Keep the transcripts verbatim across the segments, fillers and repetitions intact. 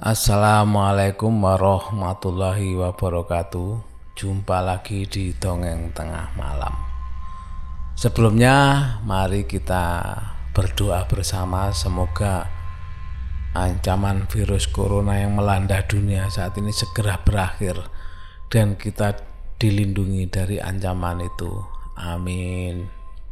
Assalamualaikum warahmatullahi wabarakatuh. Jumpa lagi di Dongeng Tengah Malam. Sebelumnya mari kita berdoa bersama, semoga ancaman virus corona yang melanda dunia saat ini segera berakhir dan kita dilindungi dari ancaman itu. Amin.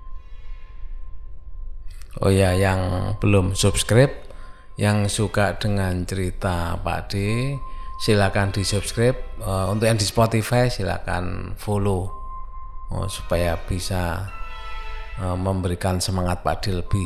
Oh ya, yang belum subscribe, yang suka dengan cerita Pak D, silakan di subscribe. Uh, untuk yang di Spotify silakan follow, uh, supaya bisa uh, memberikan semangat Pak D lebih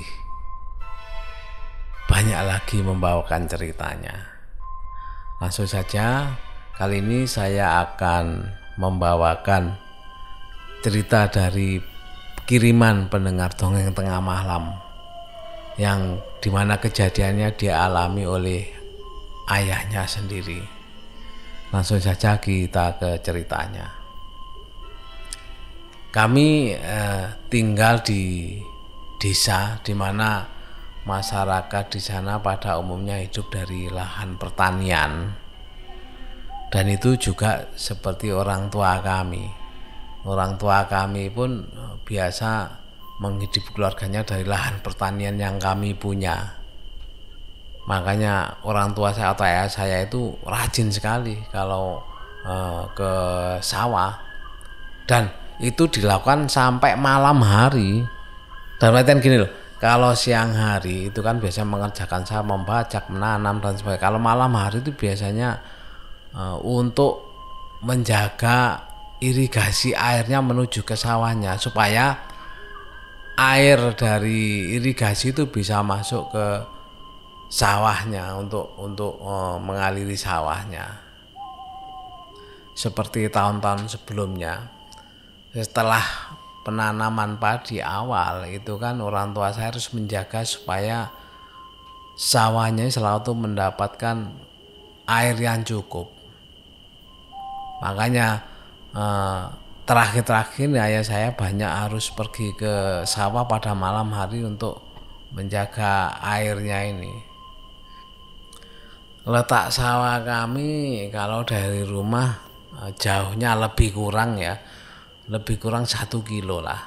banyak lagi membawakan ceritanya. Langsung saja, kali ini saya akan membawakan cerita dari kiriman pendengar Dongeng Tengah Malam, yang dimana kejadiannya dialami oleh ayahnya sendiri. Langsung saja kita ke ceritanya. Kami eh, tinggal di desa dimana masyarakat di sana pada umumnya hidup dari lahan pertanian, dan itu juga seperti orang tua kami. Orang tua kami pun biasa menghidupi keluarganya dari lahan pertanian yang kami punya. Makanya orang tua saya atau ayah saya itu rajin sekali kalau uh, ke sawah, dan itu dilakukan sampai malam hari. Dan artian gini loh, kalau siang hari itu kan biasanya mengerjakan sawah, membajak, menanam dan sebagainya. Kalau malam hari itu biasanya uh, untuk menjaga irigasi airnya menuju ke sawahnya, supaya air dari irigasi itu bisa masuk ke sawahnya untuk untuk uh, mengaliri sawahnya. Seperti tahun-tahun sebelumnya, setelah penanaman padi awal itu kan orang tua saya harus menjaga supaya sawahnya selalu mendapatkan air yang cukup. Makanya uh, terakhir-terakhir ayah saya banyak harus pergi ke sawah pada malam hari untuk menjaga airnya ini. Letak sawah kami kalau dari rumah jauhnya lebih kurang ya, lebih kurang satu kilo lah.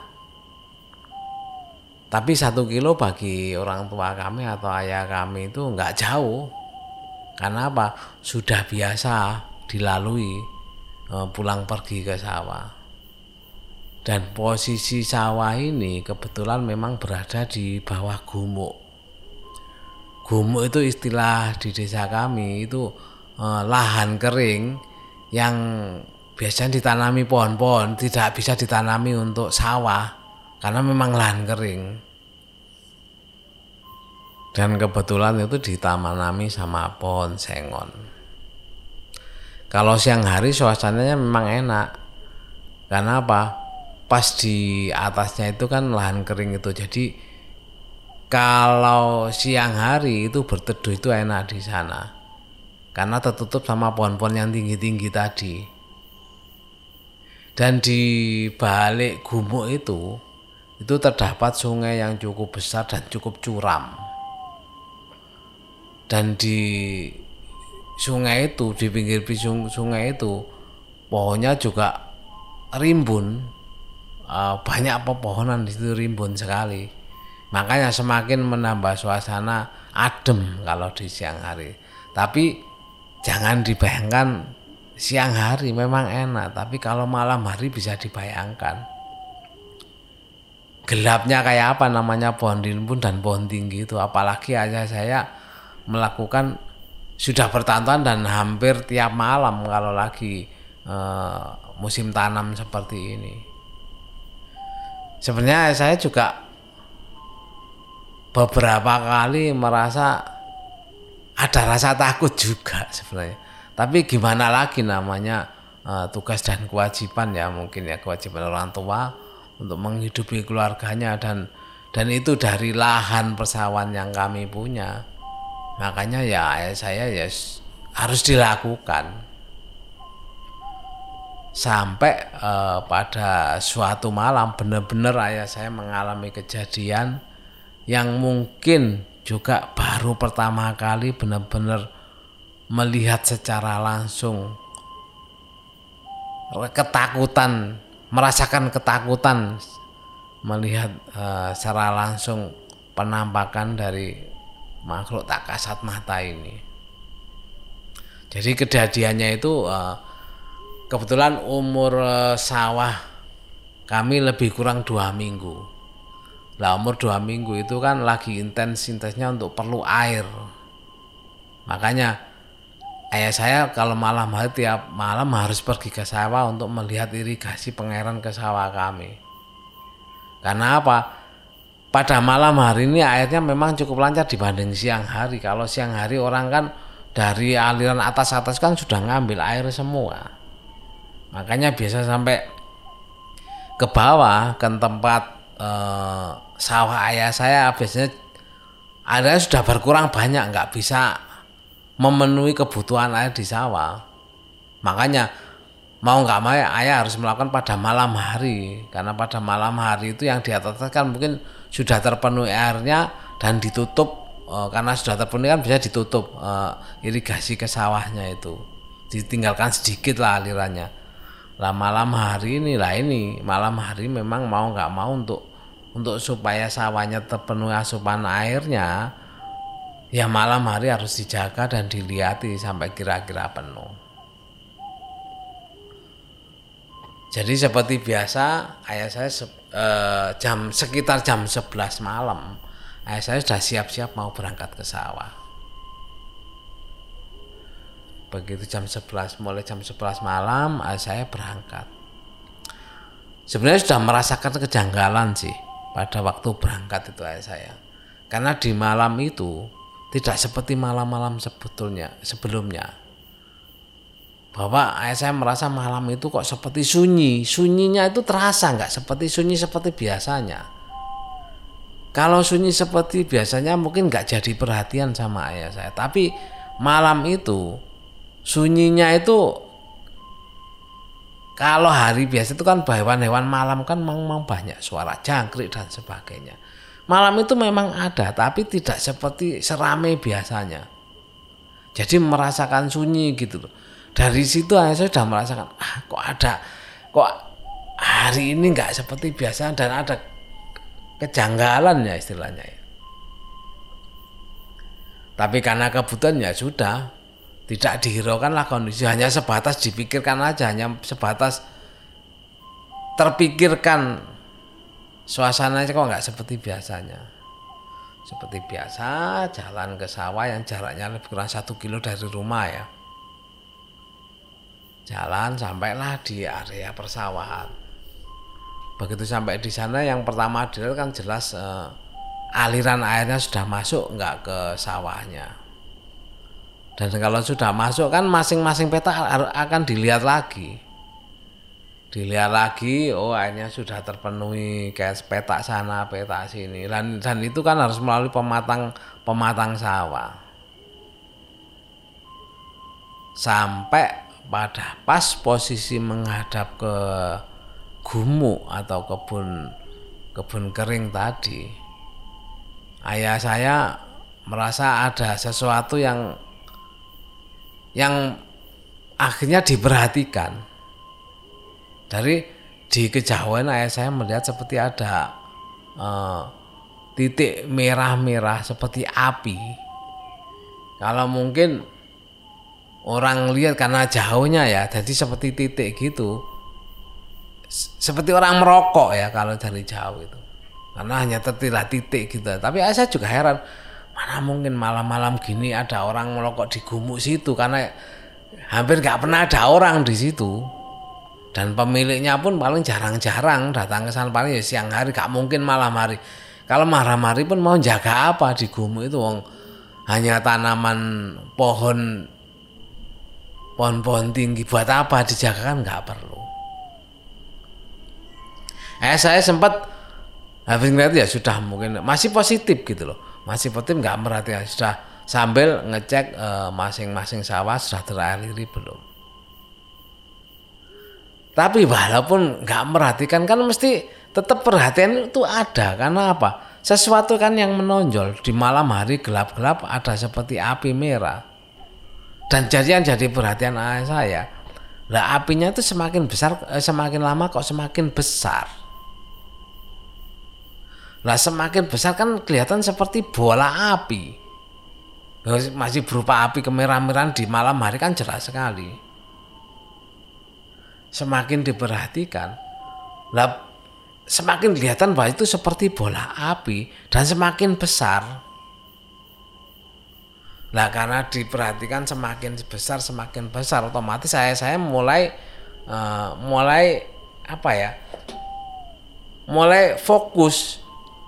Tapi satu kilo bagi orang tua kami atau ayah kami itu nggak jauh. Karena apa? Sudah biasa dilalui pulang pergi ke sawah. Dan posisi sawah ini kebetulan memang berada di bawah gumuk. Gumuk itu istilah di desa kami, itu eh, lahan kering yang biasanya ditanami pohon-pohon, tidak bisa ditanami untuk sawah karena memang lahan kering. Dan kebetulan itu ditanami sama pohon sengon. Kalau siang hari suasananya memang enak. Karena apa? Pas di atasnya itu kan lahan kering itu, jadi kalau siang hari itu berteduh itu enak di sana karena tertutup sama pohon-pohon yang tinggi-tinggi tadi. Dan di balik gumuk itu itu terdapat sungai yang cukup besar dan cukup curam. Dan di sungai itu, di pinggir sungai itu pohonnya juga rimbun. Uh, banyak pepohonan di situ, rimbun sekali. Makanya semakin menambah suasana adem kalau di siang hari. Tapi jangan dibayangkan siang hari memang enak, tapi kalau malam hari bisa dibayangkan. Gelapnya kayak apa, namanya pohon rimbun dan pohon tinggi itu. Apalagi ayah saya melakukan sudah bertahun-tahun dan hampir tiap malam kalau lagi uh, musim tanam seperti ini. Sebenarnya saya juga beberapa kali merasa ada rasa takut juga sebenarnya. Tapi gimana lagi, namanya uh, tugas dan kewajiban ya, mungkin ya kewajiban orang tua untuk menghidupi keluarganya, dan dan itu dari lahan persawahan yang kami punya. Makanya ya saya ya harus dilakukan. Sampai eh, pada suatu malam benar-benar ayah saya mengalami kejadian yang mungkin juga baru pertama kali benar-benar melihat secara langsung ketakutan, merasakan ketakutan melihat uh, secara langsung penampakan dari makhluk tak kasat mata ini. Jadi kejadiannya itu uh, kebetulan umur uh, sawah kami lebih kurang dua minggu. Lah umur dua minggu itu kan lagi intens-intensnya untuk perlu air. Makanya ayah saya kalau malam hari tiap malam harus pergi ke sawah untuk melihat irigasi pengairan ke sawah kami. Karena apa? Pada malam hari ini airnya memang cukup lancar dibanding siang hari. Kalau siang hari orang kan dari aliran atas-atas kan sudah ngambil air semua. Makanya biasa sampai ke bawah ke tempat eh, sawah ayah saya biasanya airnya sudah berkurang banyak, nggak bisa memenuhi kebutuhan air di sawah. Makanya mau nggak mau ayah harus melakukan pada malam hari, karena pada malam hari itu yang di atas kan mungkin sudah terpenuhi airnya dan ditutup e, karena sudah terpenuhi kan bisa ditutup e, irigasi ke sawahnya itu, ditinggalkan sedikit lah alirannya. Lah malam hari ini lah ini malam hari memang mau nggak mau untuk untuk supaya sawahnya terpenuhi asupan airnya, ya malam hari harus dijaga dan dilihati sampai kira-kira penuh. Jadi seperti biasa ayah saya eh, jam sekitar jam sebelas malam ayah saya sudah siap-siap mau berangkat ke sawah. Begitu jam sebelas, mulai jam sebelas malam ayah saya berangkat. Sebenarnya sudah merasakan kejanggalan sih pada waktu berangkat itu ayah saya. Karena di malam itu tidak seperti malam-malam sebetulnya sebelumnya. Bahwa ayah saya merasa malam itu kok seperti sunyi, sunyinya itu terasa nggak seperti sunyi seperti biasanya. Kalau sunyi seperti biasanya mungkin nggak jadi perhatian sama ayah saya, tapi malam itu sunyinya itu kalau hari biasa itu kan hewan-hewan malam kan memang banyak suara jangkrik dan sebagainya. Malam itu memang ada, tapi tidak seperti seramai biasanya. Jadi merasakan sunyi gitu loh. Dari situ saya sudah merasakan, ah kok ada, kok hari ini nggak seperti biasa dan ada kejanggalan ya istilahnya ya. Tapi karena kebutuhan ya sudah, tidak dihiraukan lah kondisi, hanya sebatas dipikirkan aja, hanya sebatas terpikirkan suasananya kok nggak seperti biasanya. Seperti biasa jalan ke sawah yang jaraknya lebih kurang satu kilo dari rumah ya. Jalan sampailah di area persawahan. Begitu sampai di sana yang pertama dilihat kan jelas eh, aliran airnya sudah masuk nggak ke sawahnya. Dan kalau sudah masuk kan masing-masing peta akan dilihat lagi. Dilihat lagi, oh airnya sudah terpenuhi kayak peta sana, peta sini. Dan, dan itu kan harus melalui pematang pematang sawah. Sampai pada pas posisi menghadap ke gumuk atau kebun kebun kering tadi, ayah saya merasa ada sesuatu yang yang akhirnya diperhatikan. Dari di kejauhan ayah saya melihat seperti ada eh, titik merah-merah seperti api. Kalau mungkin orang lihat karena jauhnya ya, jadi seperti titik gitu, seperti orang merokok ya kalau dari jauh itu, karena hanya tertilah titik gitu. Tapi saya juga heran, mana mungkin malam-malam gini ada orang merokok di gumuk situ, karena hampir nggak pernah ada orang di situ, dan pemiliknya pun paling jarang-jarang datang ke sana, paling ya siang hari, nggak mungkin malam hari. Kalau malam hari pun mau jaga apa di gumuk itu, wong hanya tanaman pohon pohon-pohon tinggi, buat apa dijaga, kan nggak perlu. Eh saya sempat habis ngeliat ya sudah mungkin masih positif gitu loh, masih positif nggak merhatikan, sudah sambil ngecek eh, masing-masing sawah sudah terairi belum. Tapi walaupun nggak merhatikan kan mesti tetap perhatian itu ada, karena apa? Sesuatu kan yang menonjol di malam hari gelap-gelap ada seperti api merah. Dan jadi yang jadi perhatian ayah saya, lah apinya itu semakin besar, eh, semakin lama kok semakin besar. Lah semakin besar kan kelihatan seperti bola api, masih berupa api kemerah-merahan di malam hari kan jelas sekali. Semakin diperhatikan, lah semakin kelihatan bahwa itu seperti bola api dan semakin besar. Nah karena diperhatikan semakin besar semakin besar, otomatis saya saya mulai uh, mulai apa ya mulai fokus,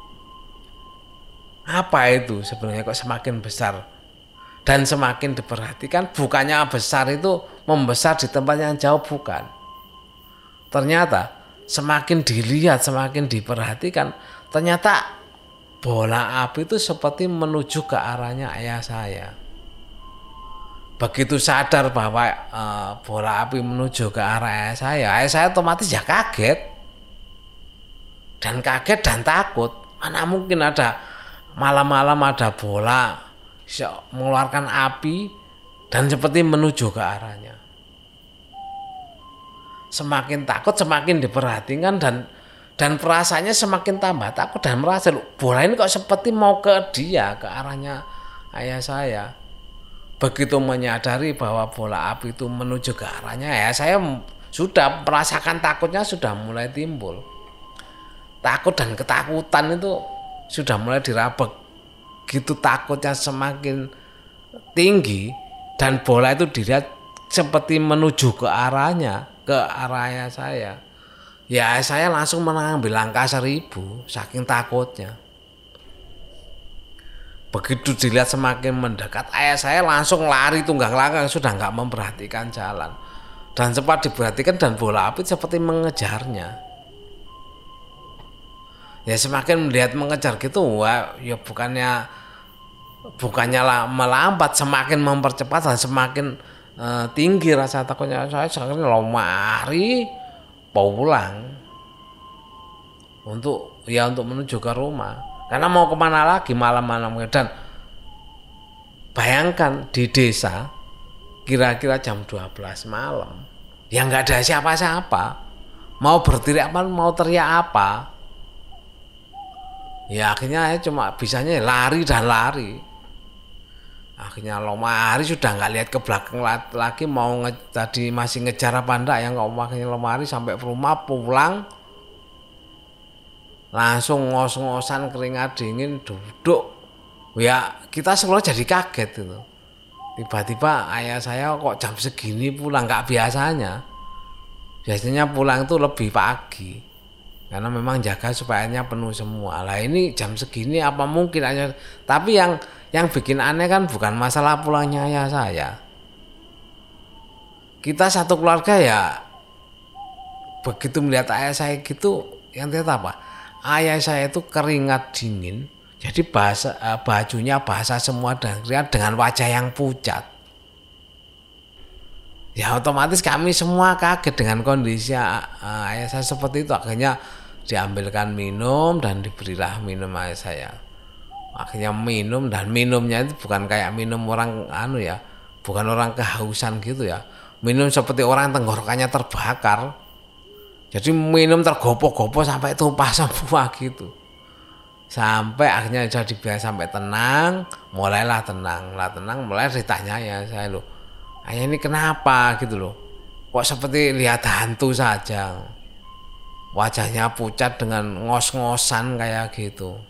apa itu sebenarnya kok semakin besar dan semakin diperhatikan. Bukannya besar itu membesar di tempat yang jauh, bukan. Ternyata semakin dilihat semakin diperhatikan, ternyata bola api itu seperti menuju ke arahnya ayah saya. Begitu sadar bahwa e, bola api menuju ke arah ayah saya, ayah saya otomatis ya kaget. Dan kaget dan takut. Mana mungkin ada malam-malam ada bola mengeluarkan api dan seperti menuju ke arahnya. Semakin takut semakin diperhatikan dan Dan perasaannya semakin tambah takut dan merasa, bola ini kok seperti mau ke dia, ke arahnya ayah saya. Begitu menyadari bahwa bola api itu menuju ke arahnya, ya saya sudah merasakan takutnya sudah mulai timbul. Takut dan ketakutan itu sudah mulai diraba. Gitu takutnya semakin tinggi dan bola itu dilihat seperti menuju ke arahnya, ke arah ayah saya. Ya saya langsung mengambil langkah seribu saking takutnya. Begitu dilihat semakin mendekat, ayah saya langsung lari tunggang langgang, sudah nggak memperhatikan jalan. Dan sempat diperhatikan dan bola api seperti mengejarnya. Ya semakin melihat mengejar gitu, wah ya bukannya bukannya lah melambat, semakin mempercepat dan semakin uh, tinggi rasa takutnya saya. Sekarang lomari pulang untuk ya untuk menuju ke rumah, karena mau kemana lagi malam-malam. Dan bayangkan di desa kira-kira jam dua belas malam ya nggak ada siapa-siapa, mau berteriak apa, mau teriak apa, ya akhirnya saya cuma bisanya lari dan lari. Akhirnya lomari sudah nggak lihat ke belakang lagi, mau nge, tadi masih ngejar apa enggak ya, nggak, akhirnya lomari sampai rumah pulang langsung ngos-ngosan keringat dingin duduk. Ya kita semua jadi kaget itu. Tiba-tiba ayah saya kok jam segini pulang, nggak biasanya. Biasanya pulang itu lebih pagi karena memang jaga supayanya penuh semua. Lah ini jam segini apa mungkin ayah. Tapi yang Yang bikin aneh kan bukan masalah pulangnya ayah saya. Kita satu keluarga ya begitu melihat ayah saya gitu, yang ternyata apa? Ayah saya itu keringat dingin, jadi bahasa bajunya basah semua dan dengan wajah yang pucat. Ya otomatis kami semua kaget dengan kondisi ayah saya seperti itu. Akhirnya diambilkan minum dan diberilah minum ayah saya. Akhirnya minum, dan minumnya itu bukan kayak minum orang anu ya, bukan orang kehausan gitu ya. Minum seperti orang tenggorokannya terbakar. Jadi minum tergopoh-gopoh sampai tumpah semua gitu. Sampai akhirnya sudah dibiarkan sampai tenang, mulailah tenang. Lah tenang mulai ditanya ya saya, loh, ayah ini kenapa gitu loh. Kok seperti lihat hantu saja. Wajahnya pucat dengan ngos-ngosan kayak gitu.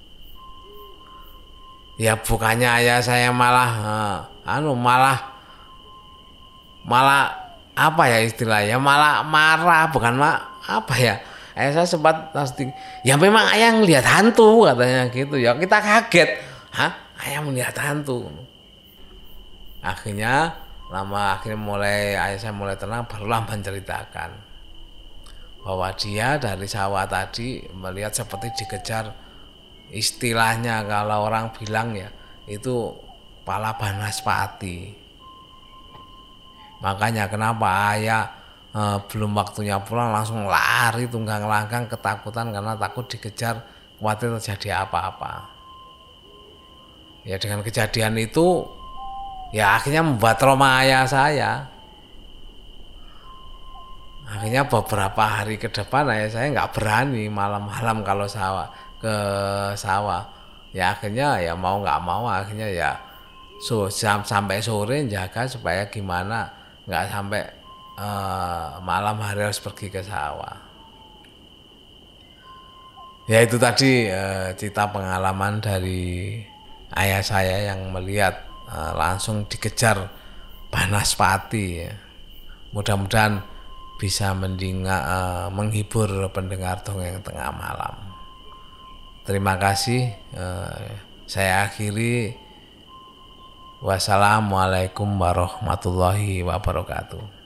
Ya bukannya ayah saya malah uh, anu malah malah apa ya istilahnya, malah marah, bukan mak apa ya. Ayah saya sempat pasti ya memang ayah ngelihat hantu katanya gitu. Ya kita kaget, hah ayah melihat hantu. Akhirnya lama akhirnya mulai ayah saya mulai tenang, barulah menceritakan bahwa dia dari sawah tadi melihat seperti dikejar. Istilahnya kalau orang bilang ya itu pala banaspati. Makanya kenapa ayah eh, belum waktunya pulang langsung lari tunggang langgang ketakutan karena takut dikejar, khawatir terjadi apa-apa. Ya dengan kejadian itu Ya akhirnya membuat trauma ayah saya. Akhirnya beberapa hari ke depan ayah saya nggak berani malam-malam kalau sawah ke sawah. Ya akhirnya ya mau nggak mau akhirnya ya so, sampai sore jaga supaya gimana nggak sampai uh, malam hari harus pergi ke sawah. Ya itu tadi uh, cerita pengalaman dari ayah saya yang melihat uh, langsung dikejar Banaspati. Ya. Mudah-mudahan bisa mendinga, uh, menghibur pendengar dongeng tengah malam. Terima kasih. Uh, saya akhiri. Wassalamualaikum warahmatullahi wabarakatuh.